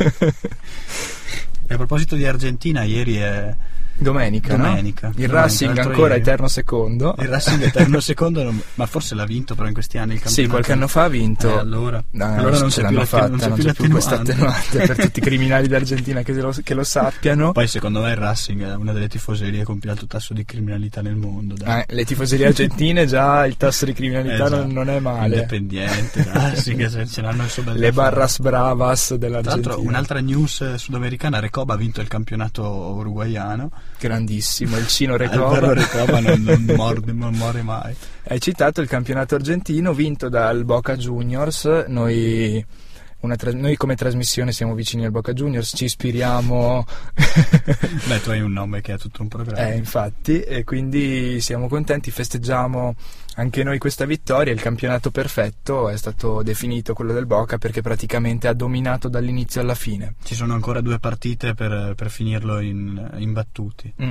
E a proposito di Argentina, ieri è Domenica, Domenica, no? Il Domenica, Racing ancora ieri. eterno secondo. Il Racing eterno secondo, non, ma forse l'ha vinto però in questi anni il campionato. Sì, qualche anno fa ha vinto. Eh, allora, no, allora non ce c'è l'hanno più fatta, non c'è non più, c'è più questa attenuante per tutti i criminali d'Argentina che lo, che lo sappiano. Poi secondo me il Racing è una delle tifoserie con più alto tasso di criminalità nel mondo. Dai. Eh, le tifoserie argentine già il tasso di criminalità esatto. non, non è male. Independiente, Racing, ce l'hanno il suo bel le barras bravas dell'Argentina. Tra l'altro, un'altra news sudamericana: Recoba ha vinto il campionato uruguaiano. Grandissimo, il Cino Recoba. Alvaro Recoba non, non, morde, non muore mai. Hai citato il campionato argentino vinto dal Boca Juniors. Noi, una tra- noi come trasmissione siamo vicini al Boca Juniors, ci ispiriamo. Beh, tu hai un nome che ha tutto un programma. Eh, infatti, e quindi siamo contenti, festeggiamo anche noi questa vittoria. Il campionato perfetto è stato definito quello del Boca perché praticamente ha dominato dall'inizio alla fine. Ci sono ancora due partite per, per finirlo in, in battuti. Mm,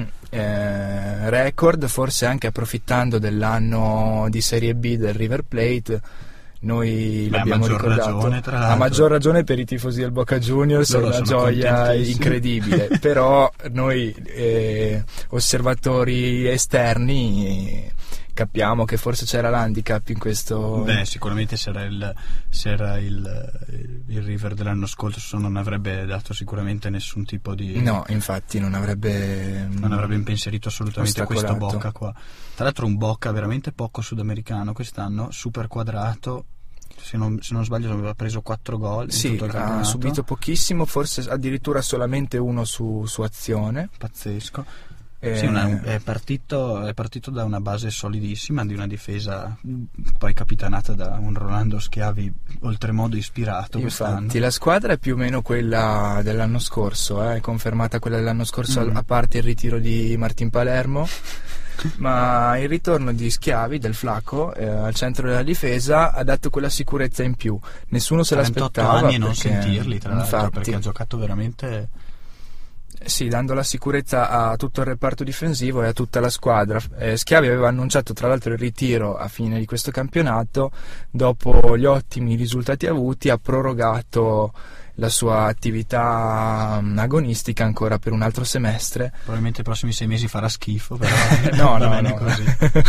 eh, record, forse anche approfittando dell'anno di Serie B del River Plate. Noi Beh, l'abbiamo a maggior ricordato ragione, tra a l'altro. maggior ragione per i tifosi del Boca Juniors. Loro è una gioia incredibile. Però noi eh, osservatori esterni capiamo che forse c'era l'handicap in questo. Beh, sicuramente se era il, se era il, il River dell'anno scorso non avrebbe dato sicuramente nessun tipo di. No, infatti non avrebbe non avrebbe impensierito assolutamente questo ostacolato. Boca qua. Tra l'altro un Boca veramente poco sudamericano quest'anno, super quadrato. Se non, se non sbaglio aveva preso quattro gol. Sì, in tutto il campionato. Ha subito pochissimo, forse addirittura solamente uno su, su azione. Pazzesco. Eh, Sì, una, è, partito, è partito da una base solidissima, di una difesa poi capitanata da un Rolando Schiavi oltremodo ispirato. Infatti quest'anno. La squadra è più o meno quella dell'anno scorso, eh, è confermata quella dell'anno scorso, mm. a parte il ritiro di Martin Palermo. Ma il ritorno di Schiavi, del Flaco, eh, al centro della difesa ha dato quella sicurezza in più. Nessuno se l'aspettava. trentotto anni e non perché, sentirli, tra l'altro, infatti, perché ha giocato veramente. Sì, dando la sicurezza a tutto il reparto difensivo e a tutta la squadra. Eh, Schiavi aveva annunciato tra l'altro il ritiro a fine di questo campionato, dopo gli ottimi risultati avuti ha prorogato la sua attività agonistica ancora per un altro semestre. Probabilmente i prossimi sei mesi farà schifo, però no, va no, bene no. così.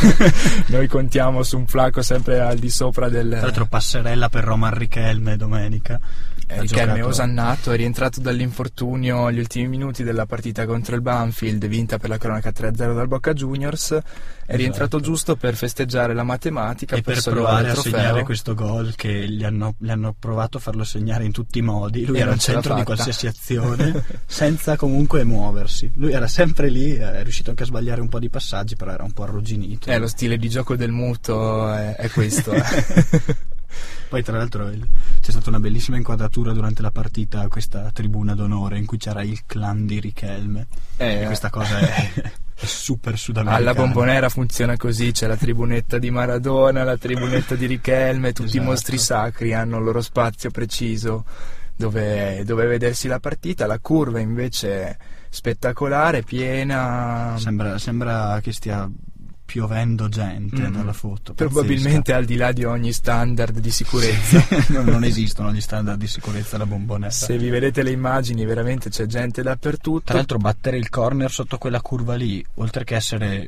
Noi contiamo su un Flaco sempre al di sopra del... Tra l'altro passerella per Roman Richelme domenica. Richelme è osannato, è rientrato dall'infortunio agli ultimi minuti della partita contro il Banfield, vinta per la cronaca tre a zero dal Boca Juniors. È esatto. rientrato giusto per festeggiare la matematica e per, per provare a segnare questo gol che gli hanno, gli hanno provato a farlo segnare in tutti i modi. Lui e era al centro di qualsiasi azione senza comunque muoversi. Lui era sempre lì, è riuscito anche a sbagliare un po' di passaggi, però era un po' arrugginito. Eh, lo stile di gioco del muto è, è questo. eh. Poi tra l'altro il, c'è stata una bellissima inquadratura durante la partita a questa tribuna d'onore in cui c'era il clan di Richelme eh, e questa cosa è, è super sudamericana. Alla Bombonera funziona così, c'è la tribunetta di Maradona, la tribunetta di Richelme, tutti esatto. i mostri sacri hanno il loro spazio preciso dove, dove vedersi la partita. La curva invece spettacolare, piena, sembra, sembra che stia piovendo gente mm. dalla foto. Probabilmente pazzesca. Al di là di ogni standard di sicurezza. non, non esistono gli standard di sicurezza alla Bombonera. Se vi vedete le immagini veramente c'è gente dappertutto. Tra l'altro battere il corner sotto quella curva lì, oltre che essere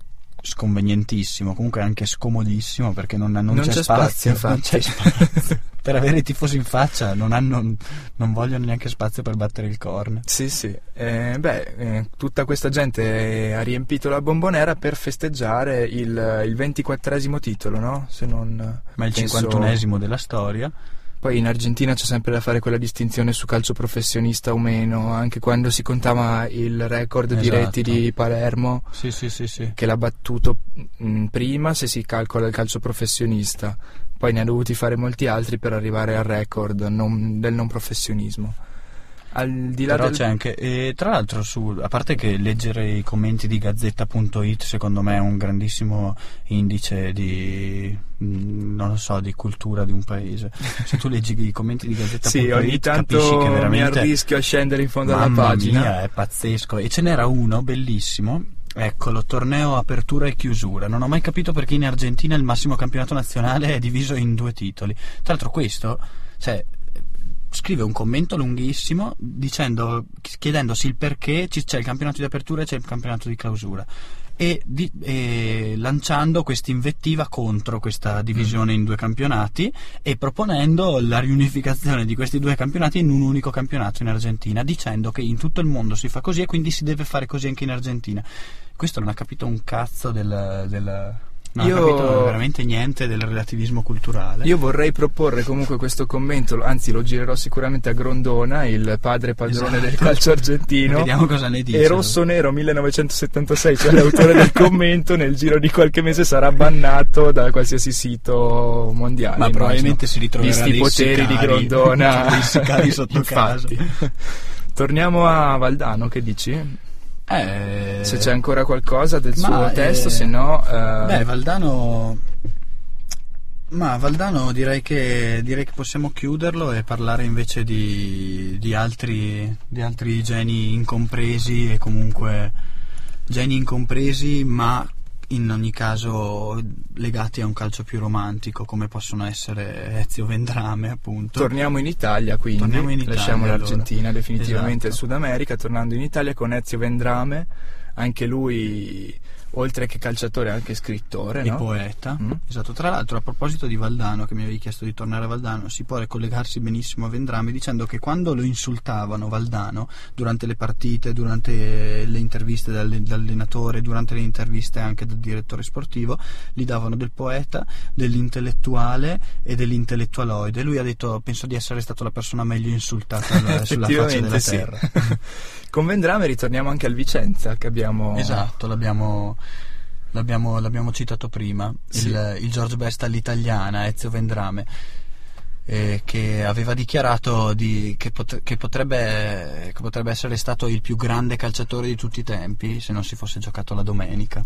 sconvenientissimo, comunque anche scomodissimo, perché non, non, non c'è, c'è spazio, spazio, non c'è spazio. Per avere i tifosi in faccia non hanno, non vogliono neanche spazio per battere il corner. Sì, sì. Eh, beh, eh, tutta questa gente ha riempito la Bombonera per festeggiare il, il ventiquattresimo titolo, no? Se non ma il penso... cinquantunesimo della storia. Poi in Argentina c'è sempre da fare quella distinzione su calcio professionista o meno, anche quando si contava il record esatto. di reti di Palermo, sì, sì, sì, sì. che l'ha battuto mh, prima se si calcola il calcio professionista, poi ne ha dovuti fare molti altri per arrivare al record non, del non professionismo. Al di là Però del... c'è anche, e tra l'altro su, a parte che leggere i commenti di Gazzetta punto it secondo me è un grandissimo indice di, non lo so, di cultura di un paese. Se tu leggi i commenti di Gazzetta punto it sì, ogni tanto capisci che veramente mi arrischio a scendere in fondo alla mamma pagina. Mia, è pazzesco. E ce n'era uno bellissimo, eccolo, torneo apertura e chiusura. Non ho mai capito perché in Argentina il massimo campionato nazionale è diviso in due titoli. Tra l'altro questo, cioè, scrive un commento lunghissimo dicendo, chiedendosi il perché c'è il campionato di apertura e c'è il campionato di clausura e, di, e lanciando questa invettiva contro questa divisione mm. in due campionati e proponendo la riunificazione di questi due campionati in un unico campionato in Argentina, dicendo che in tutto il mondo si fa così e quindi si deve fare così anche in Argentina. Questo non ha capito un cazzo del... del non io... ho capito veramente niente del relativismo culturale. Io vorrei proporre comunque questo commento, anzi lo girerò sicuramente a Grondona, il padre padrone esatto. del calcio argentino. Vediamo cosa ne dice. E Rossonero millenovecentosettantasei, cioè l'autore del commento, nel giro di qualche mese sarà bannato da qualsiasi sito mondiale. Ma probabilmente si ritroverà visti i poteri sicari, di Grondona. dei sicari sotto casa. Torniamo a Valdano, che dici? Eh, se c'è ancora qualcosa del ma suo eh, testo, se no eh... beh, Valdano ma Valdano direi che direi che possiamo chiuderlo e parlare invece di, di altri di altri geni incompresi e comunque geni incompresi ma in ogni caso legati a un calcio più romantico, come possono essere Ezio Vendrame, appunto. Torniamo in Italia, quindi Torniamo in Italia, lasciamo allora. l'Argentina definitivamente Esatto. il Sud America, tornando in Italia con Ezio Vendrame, anche lui oltre che calciatore anche scrittore, e no? poeta. Mm. Esatto. Tra l'altro, a proposito di Valdano, che mi avevi chiesto di tornare a Valdano, si può collegarsi benissimo a Vendrame dicendo che quando lo insultavano Valdano durante le partite, durante le interviste dall'allenatore, durante le interviste anche del direttore sportivo, gli davano del poeta, dell'intellettuale e dell'intellettualoide. Lui ha detto: penso di essere stato la persona meglio insultata sulla faccia della sì. terra. Con Vendrame ritorniamo anche al Vicenza, che abbiamo esatto, l'abbiamo L'abbiamo, l'abbiamo citato prima, sì. il, il George Best all'italiana, Ezio Vendrame, eh, che aveva dichiarato di, che, pot- che, potrebbe, che potrebbe essere stato il più grande calciatore di tutti i tempi se non si fosse giocato la domenica.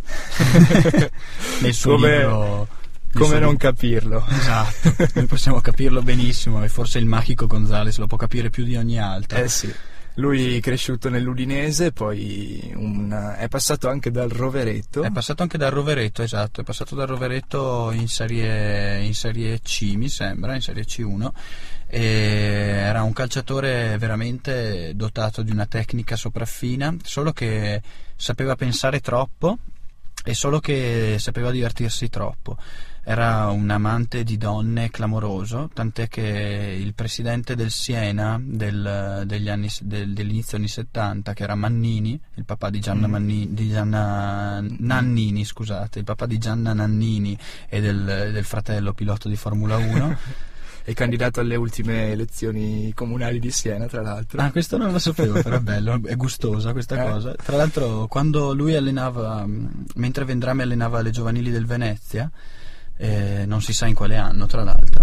Nel suo come, libro... Come suo non libro. capirlo? Esatto, noi possiamo capirlo benissimo e forse il Magico Gonzales lo può capire più di ogni altro. Eh sì. Lui cresciuto nell'Udinese, poi un, è passato anche dal Rovereto. È passato anche dal Rovereto, esatto, è passato dal Rovereto in serie, in serie C, mi sembra, in serie C uno, e era un calciatore veramente dotato di una tecnica sopraffina, solo che sapeva pensare troppo e solo che sapeva divertirsi troppo. Era un amante di donne clamoroso, tant'è che il presidente del Siena del, degli anni, del, dell'inizio anni settanta, che era Mannini, il papà di Gianna, Mannini, di Gianna Nannini, scusate, il papà di Gianna Nannini e del, del fratello pilota di Formula uno, è candidato alle ultime elezioni comunali di Siena, tra l'altro. Ah, questo non lo sapevo, però è bello, è gustosa questa eh. cosa. Tra l'altro, quando lui allenava, mentre Vendrame allenava le giovanili del Venezia, eh, non si sa in quale anno, tra l'altro,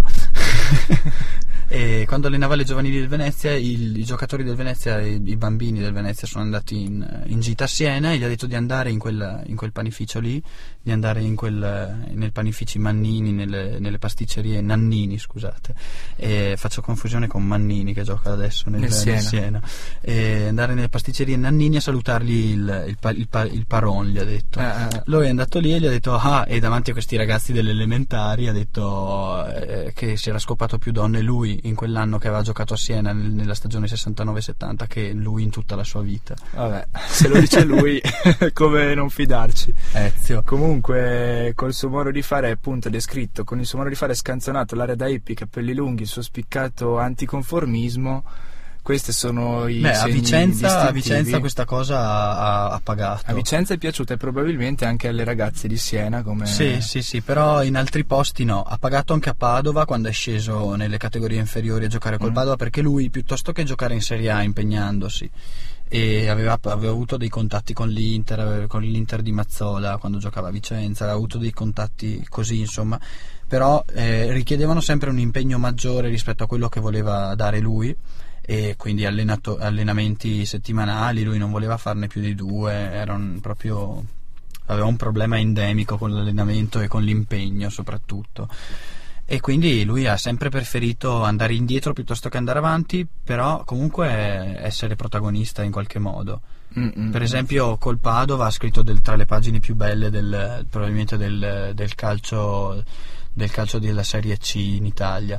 e quando allenava le giovanili del Venezia, il, i giocatori del Venezia, i, i bambini del Venezia sono andati in, in gita a Siena e gli ha detto di andare in quel, in quel panificio lì, di andare in quel, nel panifici Mannini, nelle, nelle pasticcerie Nannini, scusate, e faccio confusione con Mannini che gioca adesso nel, nel Siena, nel Siena. E andare nelle pasticcerie Nannini a salutargli il, il, il, il, il paron, gli ha detto. Ah, ah. Lui è andato lì e gli ha detto ah, e davanti a questi ragazzi delle elementari ha detto eh, che si era scopato più donne lui in quell'anno che aveva giocato a Siena nel, nella stagione sessantanove settanta che lui in tutta la sua vita. Vabbè, se lo dice lui come non fidarci. Ezio. Comunque col suo modo di fare, appunto descritto, con il suo modo di fare scanzonato, l'area da hippie, capelli lunghi, il suo spiccato anticonformismo, questi sono i Beh, segni a Vicenza, distintivi. a Vicenza questa cosa ha, ha pagato. A Vicenza è piaciuta e probabilmente anche alle ragazze di Siena, come... Sì, sì, sì, però in altri posti no. Ha pagato anche a Padova quando è sceso nelle categorie inferiori a giocare col mm. Padova, perché lui, piuttosto che giocare in Serie A impegnandosi, e aveva, aveva avuto dei contatti con l'Inter, con l'Inter di Mazzola quando giocava a Vicenza, aveva avuto dei contatti così, insomma, però eh, richiedevano sempre un impegno maggiore rispetto a quello che voleva dare lui, e quindi allenato, allenamenti settimanali lui non voleva farne più di due, era un, proprio aveva un problema endemico con l'allenamento e con l'impegno soprattutto, e quindi lui ha sempre preferito andare indietro piuttosto che andare avanti, però comunque essere protagonista in qualche modo. Mm-mm. Per esempio col Padova ha scritto del, tra le pagine più belle del, probabilmente del, del calcio del calcio della Serie C in Italia.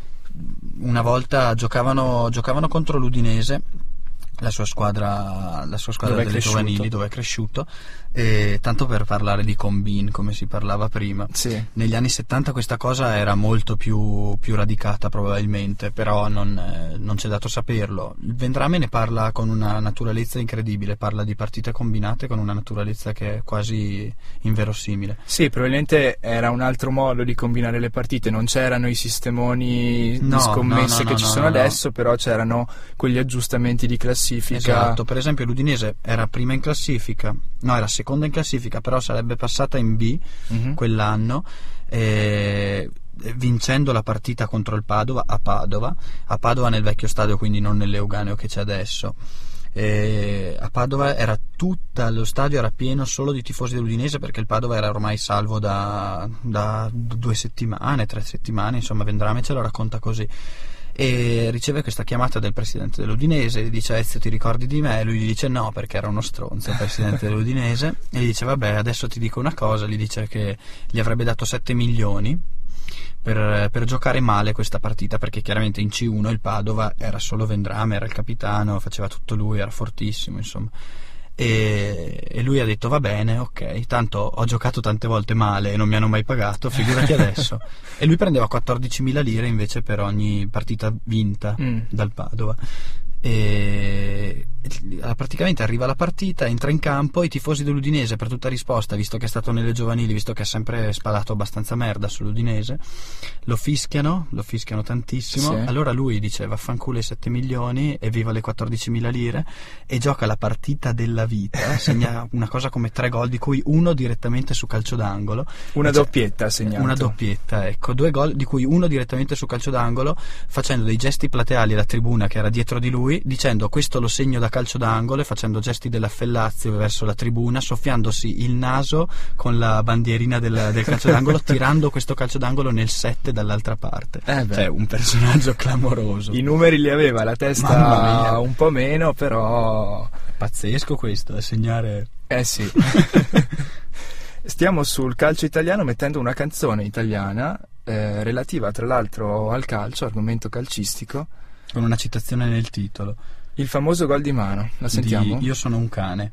Una volta giocavano, giocavano contro l'Udinese, la sua squadra, la sua squadra delle giovanili, dove è cresciuto, e tanto per parlare di combin come si parlava prima, sì. Negli anni settanta questa cosa era molto più, più radicata probabilmente, però non, eh, non c'è dato saperlo. Il Vendrame ne parla con una naturalezza incredibile, parla di partite combinate con una naturalezza che è quasi inverosimile. Sì, probabilmente era un altro modo di combinare le partite, non c'erano i sistemoni no, di scommesse no, no, che no, ci no, sono no, adesso, no. Però c'erano quegli aggiustamenti di classifica. Esatto, per esempio l'Udinese era prima in classifica, no, era seconda in classifica, però sarebbe passata in B mm-hmm. quell'anno, eh, vincendo la partita contro il Padova a Padova, a Padova nel vecchio stadio, quindi non nell'Euganeo che c'è adesso. E a Padova era tutto lo stadio era pieno solo di tifosi dell'Udinese, perché il Padova era ormai salvo da, da due settimane, tre settimane, insomma Vendrame ce lo racconta così. E riceve questa chiamata del presidente dell'Udinese, gli dice Ezio ti ricordi di me? E lui gli dice no, perché era uno stronzo il presidente dell'Udinese, e gli dice vabbè adesso ti dico una cosa, gli dice che gli avrebbe dato sette milioni per, per giocare male questa partita, perché chiaramente in C uno il Padova era solo Vendrame, era il capitano, faceva tutto lui, era fortissimo insomma. E, e lui ha detto va bene, ok, tanto ho giocato tante volte male e non mi hanno mai pagato, figurati adesso. E lui prendeva quattordicimila lire invece per ogni partita vinta mm. dal Padova. E praticamente arriva la partita, entra in campo, i tifosi dell'Udinese per tutta risposta, visto che è stato nelle giovanili, visto che ha sempre spalato abbastanza merda sull'Udinese, lo fischiano, lo fischiano tantissimo, sì. Allora lui dice vaffanculo i sette milioni e viva le quattordicimila lire, e gioca la partita della vita, segna una cosa come tre gol, di cui uno direttamente su calcio d'angolo, una doppietta ha segnato, una doppietta, ecco, due gol di cui uno direttamente su calcio d'angolo, facendo dei gesti plateali alla tribuna che era dietro di lui, lui dicendo questo lo segno da calcio d'angolo e facendo gesti dell'affellazio verso la tribuna, soffiandosi il naso con la bandierina del, del calcio d'angolo, tirando questo calcio d'angolo nel set dall'altra parte. Eh beh. Cioè un personaggio clamoroso. I numeri li aveva, la testa un po' meno, però pazzesco questo, da segnare. Eh sì. Stiamo sul calcio italiano mettendo una canzone italiana eh, relativa tra l'altro al calcio, argomento calcistico, con una citazione nel titolo. Il famoso gol di mano. La sentiamo? Di Io sono un cane.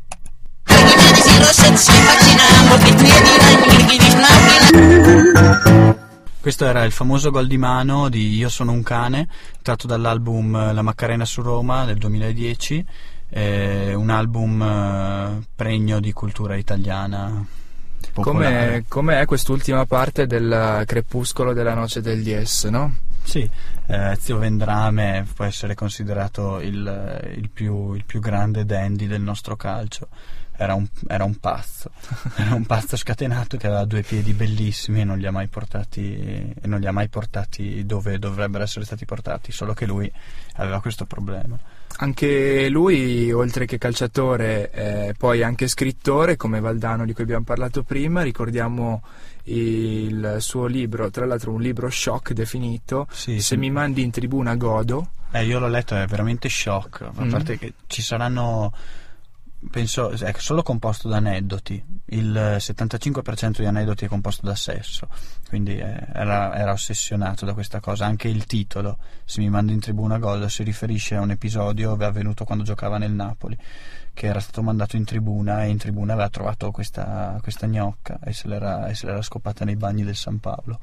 Questo era il famoso gol di mano di Io sono un cane, tratto dall'album La Macarena su Roma del duemiladieci, eh, un album eh, pregno di cultura italiana popolare. Come è quest'ultima parte del Crepuscolo della Noce del Dies, no? Sì, eh, Zio Vendrame può essere considerato il, il, più, il più grande dandy del nostro calcio. Era un, era un pazzo, era un pazzo scatenato che aveva due piedi bellissimi e non li ha mai portati, e non li ha mai portati dove dovrebbero essere stati portati, solo che lui aveva questo problema. Anche lui, oltre che calciatore, è poi anche scrittore, come Valdano di cui abbiamo parlato prima. Ricordiamo il suo libro, tra l'altro un libro shock definito, sì, Se sì. mi mandi in tribuna godo. Eh, io l'ho letto, è veramente shock, a Mm. parte che ci saranno, penso, è solo composto da aneddoti, il settantacinque per cento di aneddoti è composto da sesso, quindi eh, era, era ossessionato da questa cosa. Anche il titolo, Se mi mandi in tribuna gol, si riferisce a un episodio avvenuto quando giocava nel Napoli, che era stato mandato in tribuna e in tribuna aveva trovato questa, questa gnocca e se, l'era, e se l'era scopata nei bagni del San Paolo.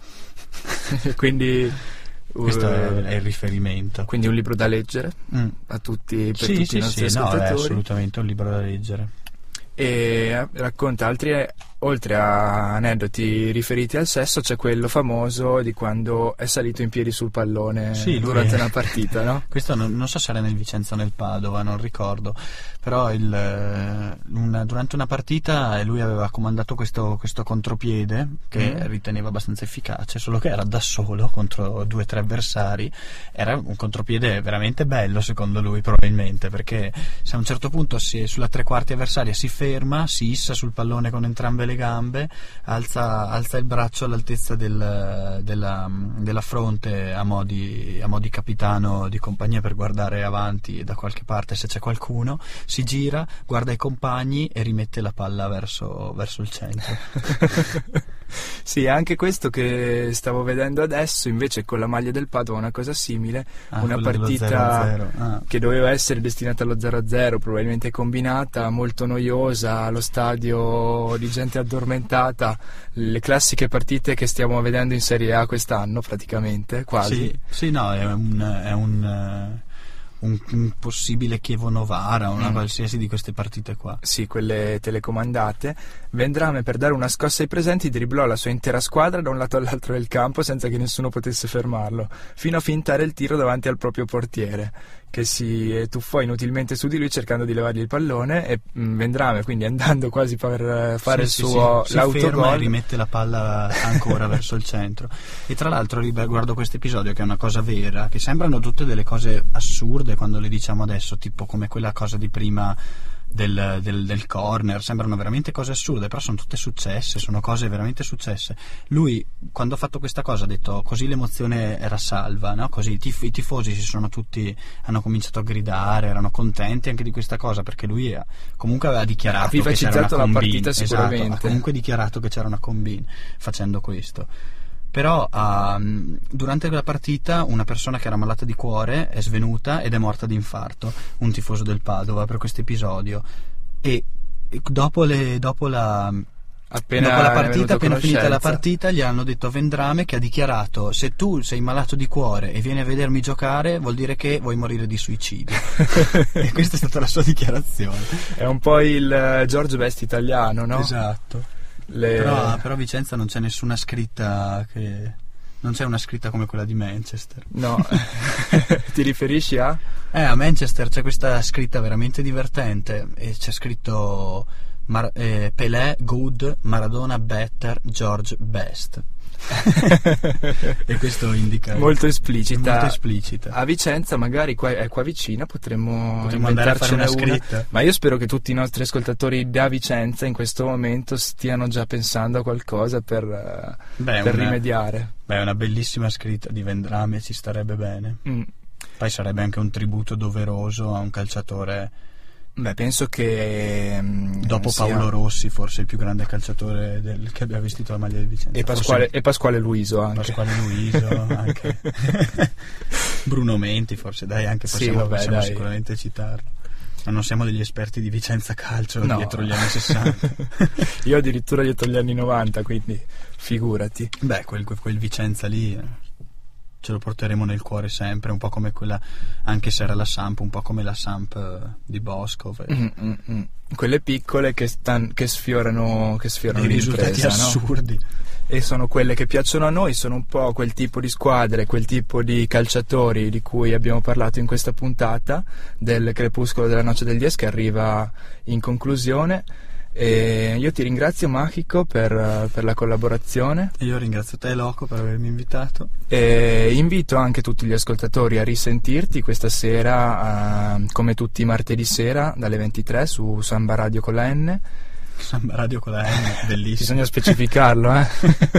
Quindi questo uh, è, è il riferimento. Quindi un libro da leggere Mm. a tutti, per Sì, tutti sì, i nostri sì, no, è ascoltatori. assolutamente un libro da leggere. E racconta altri, oltre a aneddoti riferiti al sesso, c'è quello famoso di quando è salito in piedi sul pallone Sì, lui durante è- una partita, no? Questo non, non so se era nel Vicenza o nel Padova, non ricordo, però il, eh, una- durante una partita lui aveva comandato questo, questo contropiede che Mm. riteneva abbastanza efficace, solo che era da solo contro due o tre avversari. Era un contropiede veramente bello secondo lui, probabilmente, perché se a un certo punto si, sulla tre quarti avversaria si ferma, si issa sul pallone con entrambe le gambe, alza, alza il braccio all'altezza del, della, della fronte a mo' di, a mo' di capitano di compagnia per guardare avanti da qualche parte se c'è qualcuno, si gira, guarda i compagni e rimette la palla verso, verso il centro. Sì, anche questo che stavo vedendo adesso, invece con la maglia del Padova, una cosa simile, Ah, una quello dello partita zero a zero. Ah. che doveva essere destinata allo zero a zero, probabilmente combinata, molto noiosa, allo stadio di gente addormentata, le classiche partite che stiamo vedendo in Serie A quest'anno praticamente, quasi. Sì, sì, no, è un, è un, eh, un, un possibile Chievo Novara, una Mm. qualsiasi di queste partite qua. Sì, quelle telecomandate. Vendrame, per dare una scossa ai presenti, dribblò la sua intera squadra da un lato all'altro del campo senza che nessuno potesse fermarlo, fino a fintare il tiro davanti al proprio portiere, che si tuffò inutilmente su di lui cercando di levargli il pallone, e mh, Vendrame, quindi andando quasi per eh, fare Sì, il sì, suo sì, si ferma e l'autogol. rimette la palla ancora verso il centro. E tra l'altro ri- guardo questo episodio, che è una cosa vera, che sembrano tutte delle cose assurde quando le diciamo adesso, tipo come quella cosa di prima del, del, del corner, sembrano veramente cose assurde, però sono tutte successe, sono cose veramente successe. Lui, quando ha fatto questa cosa, ha detto così l'emozione era salva, no? Così i, tif- i tifosi si sono tutti, hanno cominciato a gridare, erano contenti anche di questa cosa, perché lui ha, comunque aveva dichiarato Ha che c'era vivacizzato una la combine. partita Esatto, sicuramente. ha comunque dichiarato che c'era una combine facendo questo. Però um, durante la partita una persona che era malata di cuore è svenuta ed è morta di infarto, un tifoso del Padova, per questo episodio. E e dopo, le, dopo la Appena dopo la è partita, venuto a appena finita la conoscenza. partita, gli hanno detto a Vendrame, che ha dichiarato: se tu sei malato di cuore e vieni a vedermi giocare, vuol dire che vuoi morire di suicidio. E questa è stata la sua dichiarazione. È un po' il eh, George Best italiano, no? Esatto. Le- Però, però a Vicenza non c'è nessuna scritta che non c'è una scritta come quella di Manchester. No, ti riferisci a? Eh, a Manchester c'è questa scritta veramente divertente e c'è scritto Mar- eh, Pelé good, Maradona better, George best. E questo indica molto esplicita. molto esplicita. A Vicenza magari qua, è qua vicina, potremmo, potremmo andare a fare una inventarcene scritta. Ma io spero che tutti i nostri ascoltatori da Vicenza in questo momento stiano già pensando a qualcosa per, beh, per una, rimediare. Beh, una bellissima scritta di Vendrame ci starebbe bene. Mm. Poi sarebbe anche un tributo doveroso a un calciatore. Beh, penso che mh, dopo sia... Paolo Rossi, forse il più grande calciatore del, che abbia vestito la maglia di Vicenza. E Pasquale, forse... e Pasquale Luiso anche. Pasquale Luiso anche. Bruno Menti, forse, dai, anche possiamo, sì, vabbè, possiamo dai. sicuramente citarlo. Ma non siamo degli esperti di Vicenza Calcio, no. dietro gli anni sessanta. Io addirittura dietro gli anni novanta, quindi figurati. Beh, quel, quel Vicenza lì eh, ce lo porteremo nel cuore sempre, un po' come quella, anche se era la Samp, un po' come la Samp eh, di Boscov. Mm, mm, mm. Quelle piccole che, stan, che sfiorano, che sfiorano dei risultati l'impresa, assurdi. No? E sono quelle che piacciono a noi, sono un po' quel tipo di squadre, quel tipo di calciatori di cui abbiamo parlato in questa puntata del Crepuscolo della Noce del Diez, che arriva in conclusione. E io ti ringrazio Machico per, per la collaborazione. E io ringrazio te Loco per avermi invitato. E invito anche tutti gli ascoltatori a risentirti questa sera, uh, come tutti i martedì sera dalle ventitré su Samba Radio con la N. Samba Radio con la N, bellissimo. Bisogna specificarlo, eh.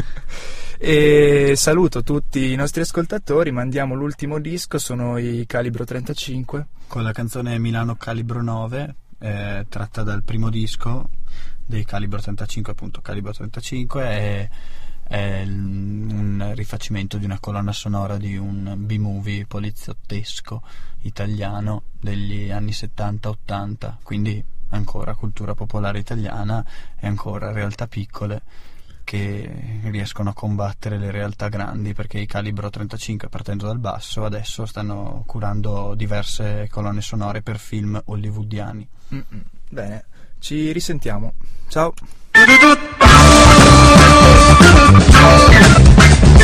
E saluto tutti i nostri ascoltatori, mandiamo l'ultimo disco, sono i Calibro trentacinque. Con la canzone Milano Calibro nove, eh, tratta dal primo disco dei Calibro trentacinque, appunto Calibro trentacinque, è, è un rifacimento di una colonna sonora di un B-movie poliziottesco italiano degli anni settanta ottanta, quindi ancora cultura popolare italiana e ancora realtà piccole che riescono a combattere le realtà grandi, perché i Calibro trentacinque, partendo dal basso, adesso stanno curando diverse colonne sonore per film hollywoodiani. Mm-mm. Bene, ci risentiamo. Ciao.